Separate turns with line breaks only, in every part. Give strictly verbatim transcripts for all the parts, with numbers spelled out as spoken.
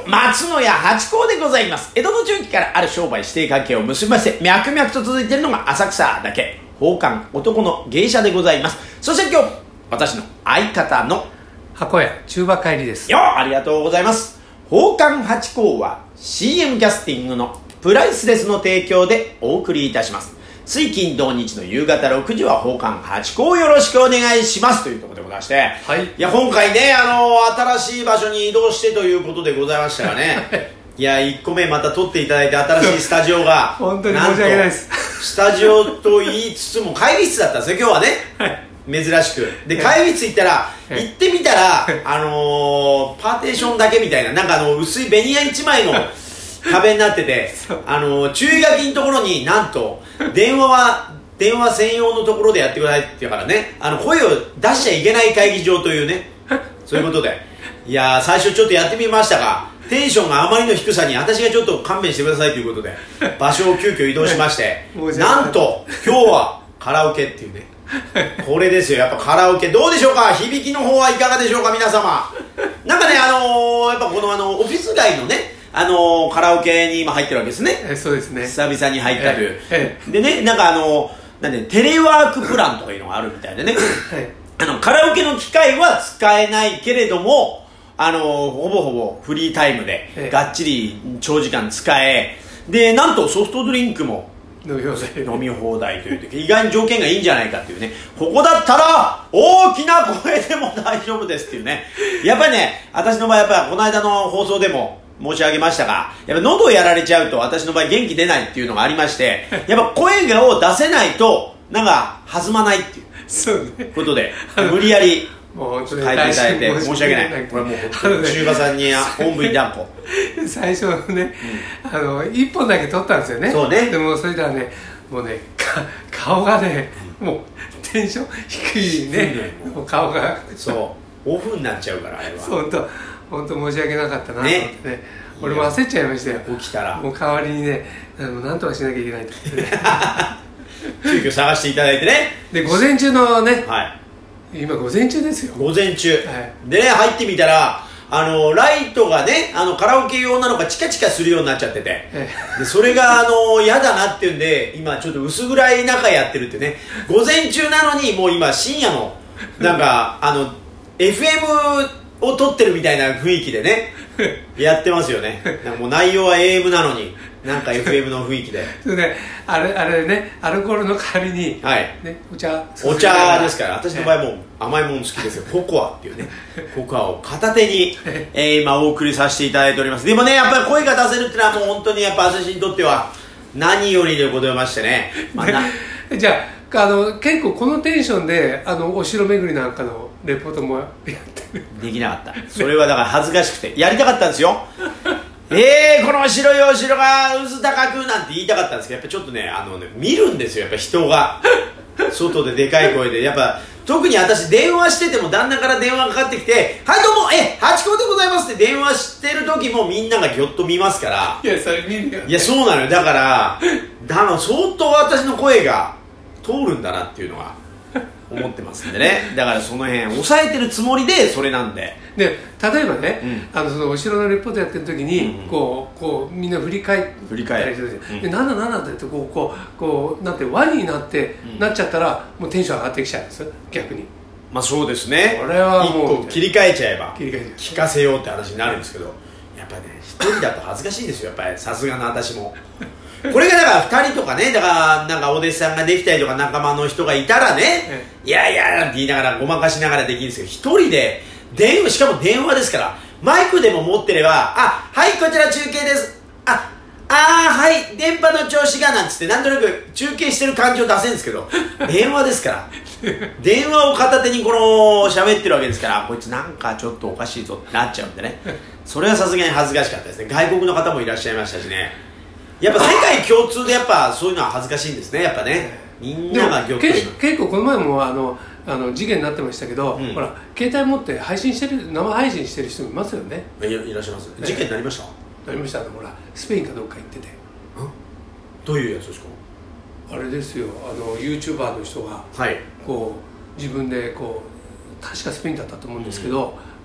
松野屋八甲でございます。江戸の中期からある商売指定関係を結びまして、脈々と続いているのが浅草だけ宝冠男の芸者でございます。そして今日私の相方の
箱屋中馬帰りです
よ。ありがとうございます。宝冠八甲は シーエム キャスティングのプライスレスの提供でお送りいたします。水金土日の夕方ろくじは宝冠八甲をよろしくお願いしますというところでございまして、はい、いや今回ね、あの新しい場所に移動してということでございましたがねいやいっこめまた撮っていただいて、新しいスタジオが
本当に申し訳ないです。
スタジオと言いつつも会議室だったんですよ今日はね、はい、珍しくで会議室行ったら、はい、行ってみたら、あのー、パーテーションだけみたいな、なんかあの薄いベニヤいちまいの壁になっててあの注意書きのところになんと電話は電話専用のところでやってくださいって言うからね、あの声を出しちゃいけない会議場というねそういうことで、いやー最初ちょっとやってみましたが、テンションがあまりの低さに私がちょっと勘弁してくださいということで場所を急遽移動しましてなんと今日はカラオケっていうねこれですよ。やっぱカラオケどうでしょうか、響きの方はいかがでしょうか皆様。なんかね、あのー、やっぱこのあのオフィス街のね、あのー、カラオケに今入ってるわけですね。
えそうですね、
久々に入ったという、
ええ、
でね、なんかあのなんでテレワークプランとかいうのがあるみたいでね、あのカラオケの機械は使えないけれども、あのー、ほぼほぼフリータイムでがっちり長時間使え、でなんとソフトドリンクも
飲み放題
飲み放題という意外に条件がいいんじゃないかっていうね、ここだったら大きな声でも大丈夫ですっていうね。やっぱりね、私の場合やっぱりこの間の放送でも申し上げましたが、やっぱ喉をやられちゃうと私の場合元気出ないっていうのがありまして、やっぱ声を出せないとなんか弾まないっていうことで無理やり
もう本当に
変えていただいて申し訳ない。これもう本当に中馬さんにおんぶに抱っこ
最初のね、うん、あのいっぽんだけ撮ったんですよね。
そうね。
でもそれではね、もうね顔がね、もうテンション低いね、もう顔が
そうオフになっちゃうからあれは
本当本当申し訳なかったなと思ってね、ね、俺も焦っちゃいましたよ。
起きたら
もう代わりにね、なんとかしなきゃいけないって言ってね
急遽探していただいてね。
で午前中のね、
はい、
今午前中ですよ。
午前中、
はい、
でね入ってみたらあのライトがね、あのカラオケ用なのかチカチカするようになっちゃってて、でそれがあの嫌だなっていうんで今ちょっと薄暗い中やってるってね。午前中なのにもう今深夜のなんかあの エフエム を撮ってるみたいな雰囲気でねやってますよね。なんかもう内容は エーエム なのになんか エフエム の雰囲気で
それであれあれね、アルコールの代わりに、
はい
ね、お茶
お茶ですから、私の場合も甘いもの好きですよココアっていうねココアを片手に、えー、今お送りさせていただいております。でもね、やっぱり声が出せるっていうのはもう本当にやっぱ私にとっては何よりでございましてね、まあ、な
じゃあ、あの結構このテンションであのお城巡りなんかのレポートもやってる
できなかった。それはだから恥ずかしくてやりたかったんですよえー、この白いお城が渦高くなんて言いたかったんですけど、やっぱちょっとね、あのね見るんですよ、やっぱ人が外ででかい声で、やっぱ特に私電話してても旦那から電話がかかってきて、はいどうもえ八甲でございますって電話してる時もみんながギョッと見ますから。
いやそれ見るよ、ね、
いやそうなのよ。だからだの相当私の声が通るんだなっていうのは思ってますんでね。だからその辺抑えてるつもりでそれなんで、
で例えばね、
うん、
あのそのお城のレポートやってる時に、
うんうん、
こうこうみんな振り返
振り返
る、
うん、
でなんだなんだってこうこうこうなんて輪になって、うん、なっちゃったらもうテンション上がってきちゃうんです逆に。
まあそうですね。
これはもう
一個切り替えちゃえば
切り替え
聞かせようって話になるんですけど、やっぱりね一人だと恥ずかしいですよ、やっぱりさすがの私もこれがだからふたりとかね、だからなんかお弟子さんができたりとか仲間の人がいたらね、いやいやなんて言いながらごまかしながらできるんですけど、一人で電話、しかも電話ですからマイクでも持ってれば、あはいこちら中継です、ああはい電波の調子がなんつってなんとなく中継してる感じを出せるんですけど電話ですから電話を片手にこの喋ってるわけですから、こいつなんかちょっとおかしいぞってなっちゃうんでね、それはさすがに恥ずかしかったですね。外国の方もいらっしゃいましたしね、やっぱ世界共通でやっぱそういうのは恥ずかしいんですね、やっぱね。みんながギョッとする。
結構この前もあのあの事件になってましたけど、うん、ほら携帯持って配信してる、生配信してる人もいますよね。
い, いらっしゃいます。事件になりました、
なりました。ほらスペインかどっか行ってて。
どういうやつですか。
あれですよ、あの YouTuber の人が、
はい、
こう自分でこう確かスペインだったと思うんですけど、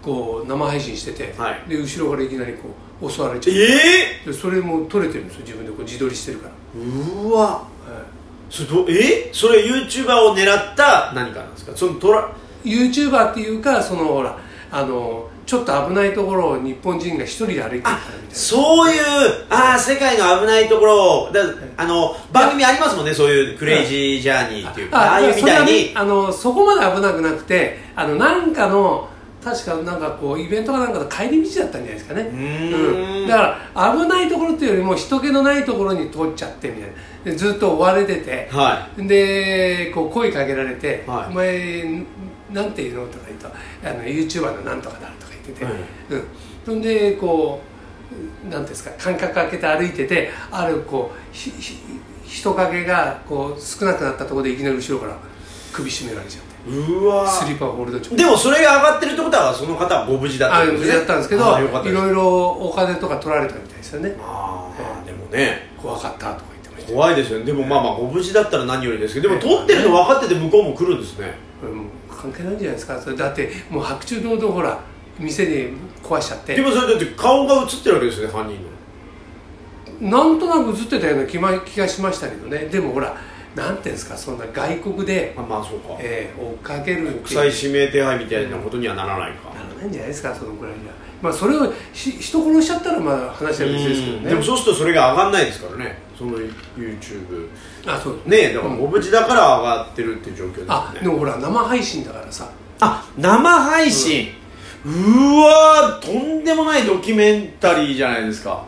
こう生配信してて、
はい、
で後ろからいきなりこう襲われちゃう。
え
ー、でそれも撮れてるんですよ、自分でこう自撮りしてるから。
うわ、はい、それどえそれ YouTuber を狙った何かなんですか？そのトラ
YouTuber っていうか、そのほらあのちょっと危ないところを日本人が一人で歩いてるからみたいな、
そういうあ世界の危ないところだ、あの番組ありますもんね、そういうクレイジージャーニーっていうか、ああいうみたいに、
ね、あのそこまで危なくなくて、あのなんかの確かなんかこうイベントかなんかの帰り道だったんじゃないですかね。
うーん、
うん、だから危ないところっていうよりも人気のないところに通っちゃってみたいな、でずっと追われてて、
はい、
でこう声かけられて、
はい、
お前なんていうのとか言うと、あの YouTuber のなんとかだとか言ってて、うん、そんでこうなんていうんですか、間隔空けて歩いてて、あるこうひひ人影がこう少なくなったところでいきなり後ろから首絞められちゃって、
うわ
スリッパをホールド中。
でもそれが上がってるってことはその方はご無事だったんですね。
あ、無事だったんですけど、いろいろお金とか取られたみたいですよね。
ああ、えー、でもね
怖かったとか言ってました。
怖いですよね。でもまあまあご無事だったら何よりですけど、でも撮ってるの分かってて向こうも来るんですね。
これもう関係ないんじゃないですか。それだってもう白昼堂々ほら店で壊しちゃって。
でもそれだって顔が映ってるわけですよね、犯人
の。なんとなく映ってたような気がしましたけどね。でもほらなんていうんですか、そんな外国で、
あ、まあそうか、
えー、追っかける
国際指名手配みたいなことにはならないか、
ならないんじゃないですか、そのくらいには。まあそれをし人殺しちゃったらまあ話は別ですけどね。
でもそうするとそれが上がんないですからね、その YouTube。
あ、そう
ね、だからご無事だから上がってるっていう状況ですね。
あ、でもほら生配信だからさ。
あ、生配信、うん、うわー、とんでもないドキュメンタリーじゃないですか。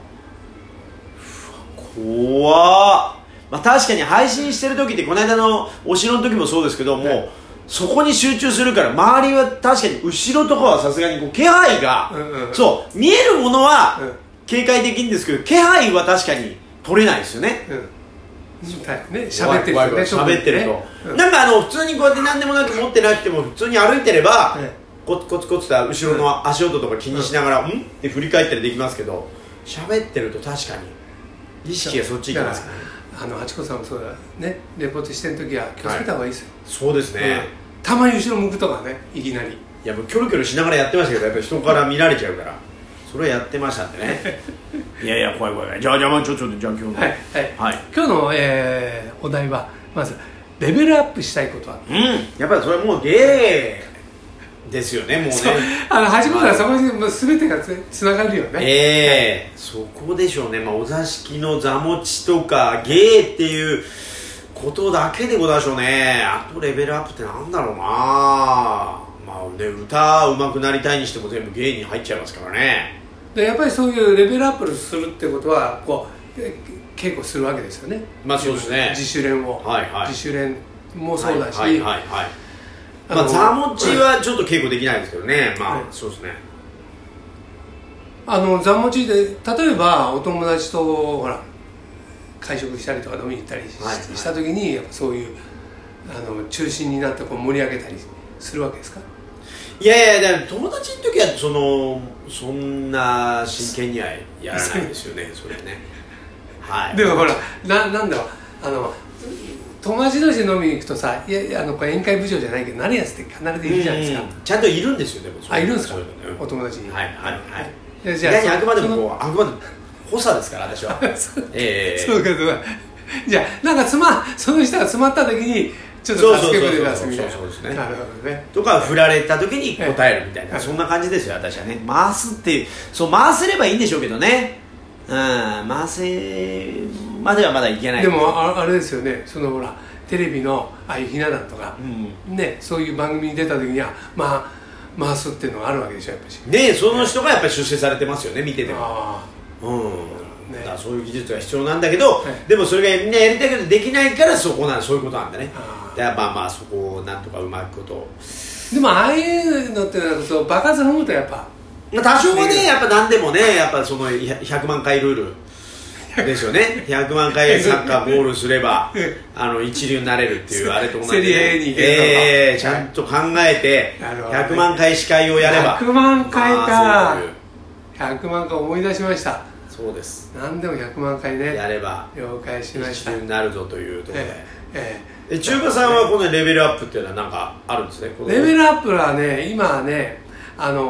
怖っ。まあ、確かに配信してる時ってこの間のお城の時もそうですけども、はい、そこに集中するから周りは確かに後ろとかはさすがにこう気配が、うんうんうん、そう見えるものは警戒できるんですけど、気配は確かに取れないですよね。うん
ね、喋ってるとね、
喋ってると、うん、なんかあの普通にこうやって何でもなく持ってなくても普通に歩いてれば、うん、コツコツコツと後ろの足音とか気にしながら、うん、うんって振り返ったりできますけど、喋ってると確かに意識がそっち行きますからね。
あのハチ子さんもそうだね、レポートしてる時は気をつけた方がいいですよ、
はい、そうですね、うん、
たまに後ろ向くとかね、いきなり。
いやもうキョロキョロしながらやってましたけど、やっぱり人から見られちゃうからそれはやってましたんでねいやいや怖い怖い怖い。じゃあじゃあまあちょっとじゃあ今日の、はいはい
はい、今日の、えー、お題はまずレベルアップしたいことは、
うん、やっぱりそれはもう芸ですよね、もうね。
あの初めからそこにもう全てがつつながるよね。
ええー、そこでしょうね。まあお座敷の座持ちとか芸っていうことだけでございましょうね。あとレベルアップってなんだろうな。まあね、歌うまくなりたいにしても全部芸に入っちゃいますからね。
でやっぱりそういうレベルアップするってことはこう稽古するわけですよね。
まあそうですね。
自主練を、はいはい、自主練もそうだし、
はいはいはい、はい、まあ、座持ちはちょっと稽古できないですけどね、まあ、はい、そうですね。
あの座持ちで例えばお友達とほら会食したりとか飲みに行ったり し,、はいはい、した時にやっぱそういうあの中心になってこう盛り上げたりするわけですか？
いやいや、友達の時はそのそんな真剣にはやらないですよねそれね、はい、
でもほら な, なんだろうあの友達同士で飲みに行くとさ、いやあのこれ宴会部長じゃないけどなるやつって必ずいるじゃないですか。
ちゃんといるんですよ。でも
あ、いるんですか、
そういうの、ね、
お友達に。
はいはいはい。
じゃあ
いやあくまでもこうあくまでも補佐ですから私は
ええー、そうかそうか。じゃあなんかつまその人が詰まった時にちょっと助け舟出すみたいな。
そうですね。
なるほどね。
とか振られた時に答えるみたいな、はい、そんな感じですよ私はね。回すっていうそう回せればいいんでしょうけどね。うん、回せまではまだいけない。
でも あ, あれですよね、そのほらテレビのああいうひな壇とか、うん、ね、そういう番組に出た時にはまあ回すっていうのがあるわけでしょやっぱし。
ね、その人がやっぱり出世されてますよね見てても。
あ
うん。ね、だからそういう技術が必要なんだけど、はい、でもそれがみんなやりたいけどできないからそこなんそういうことなんだね。だからまあまあそこをなんとかうまくこと。
でもああいうのってなると爆発踏むとやっぱ。
多少はねやっぱ何でもねやっぱそのひゃくまんかいルールですよね。ひゃくまんかいサッカーゴールすればあの一流になれるっていうあれと同じで、ね、
セリエに行けるとか、
えー、ちゃんと考えてひゃくまんかい司会をやれば。
ひゃくまんかいか。ひゃくまんかい思い出しました。
そうです。
何でもひゃくまんかいね
やれば
了解しました。
一流になるぞというところで、
ええ
え中華さんはこのレベルアップっていうのは何かあるんですね。
レベルアップはね今はねあの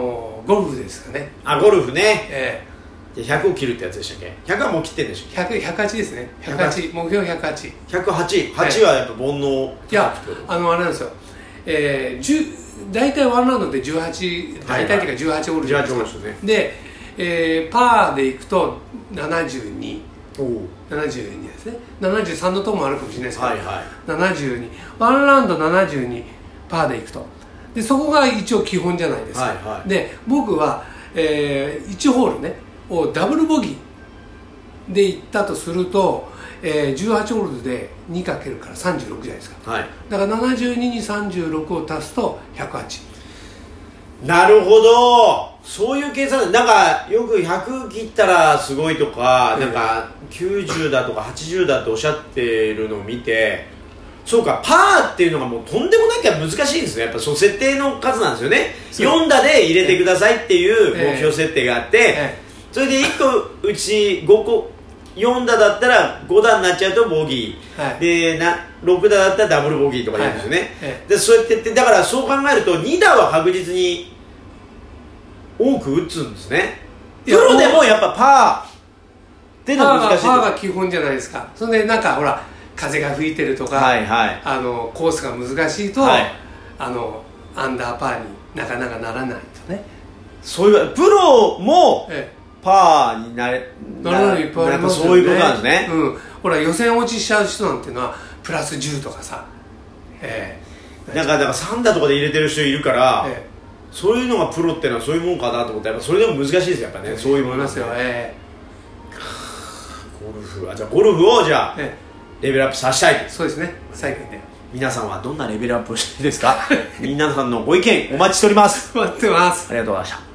ゴルフですかね。
あ、ゴルフね。
え
えひゃくを切るってやつでしたっけ？ ひゃく はもう切ってるんでしょ？
ひゃく、ひゃくはちですね。ひゃくはち、目標ひゃくはち。
ひゃくはち、はちはやっぱ煩悩。
いや、あのあれなんですよ、えー、大体ワンラウンドでじゅうはち、大体っていうかじゅうはちホールじゃないですか。
じゅうはちホールですね。
で、えー、パーでいくとななじゅうに、ななじゅうにですね。ななじゅうさんのとこもあるかもしれないですけど、はいはい、ななじゅうに、ワンラウンドななじゅうにパーでいくと、でそこが一応基本じゃないですか。はいはい、で僕は、えー、いちホールねをダブルボギーでいったとすると、えー、じゅうはちホールでにかけるからさんじゅうろくじゃないですか、はい、だからななじゅうににさんじゅうろくを足すとひゃくはち。
なるほど、そういう計算。なんかよくひゃく切ったらすごいとか、うん、なんかきゅうじゅうだとかはちじゅうだっておっしゃってるのを見て、そうか、パーっていうのがもうとんでもなきゃ難しいんですね。やっぱその設定の数なんですよね。よん打で入れてくださいっていう目標設定があって、えええ、それでいっこうちごこ、よん打だったらご打になっちゃうとボギー、はい、でなろく打だったらダブルボギーとか言うんですよね、はいええ、でそうやってってだからそう考えるとに打は確実に多く打つんですね。プロでもやっぱパーっていうのは難しい。
パーが基本じゃないですか。それでなんかほら風が吹いてるとか、はいはい、あのコースが難しいと、はい、あのアンダーパーになかなかならないとね。
そういうプロも、ええ、パーになれ
ならないいっぱいありますよね。
そういうことなんですね、
うん、ほら予選落ちしちゃう人なんていうのはプラスじゅうとかさ、え
え、なんかだからさん打とかで入れてる人いるから、ええ、そういうのがプロってのはそういうもんかなと思って、やっぱそれでも難しいですよやっぱね、ええ、そういうもの
ですよ、え
え、ゴルフ、あ、じゃあゴルフをじゃあ、ええ、レベルアップさせたいと。
そうですね、最後にね。
皆さんはどんなレベルアップをしたいですか？皆さんのご意見お待ちしております。
待ってます。
ありがとうございました。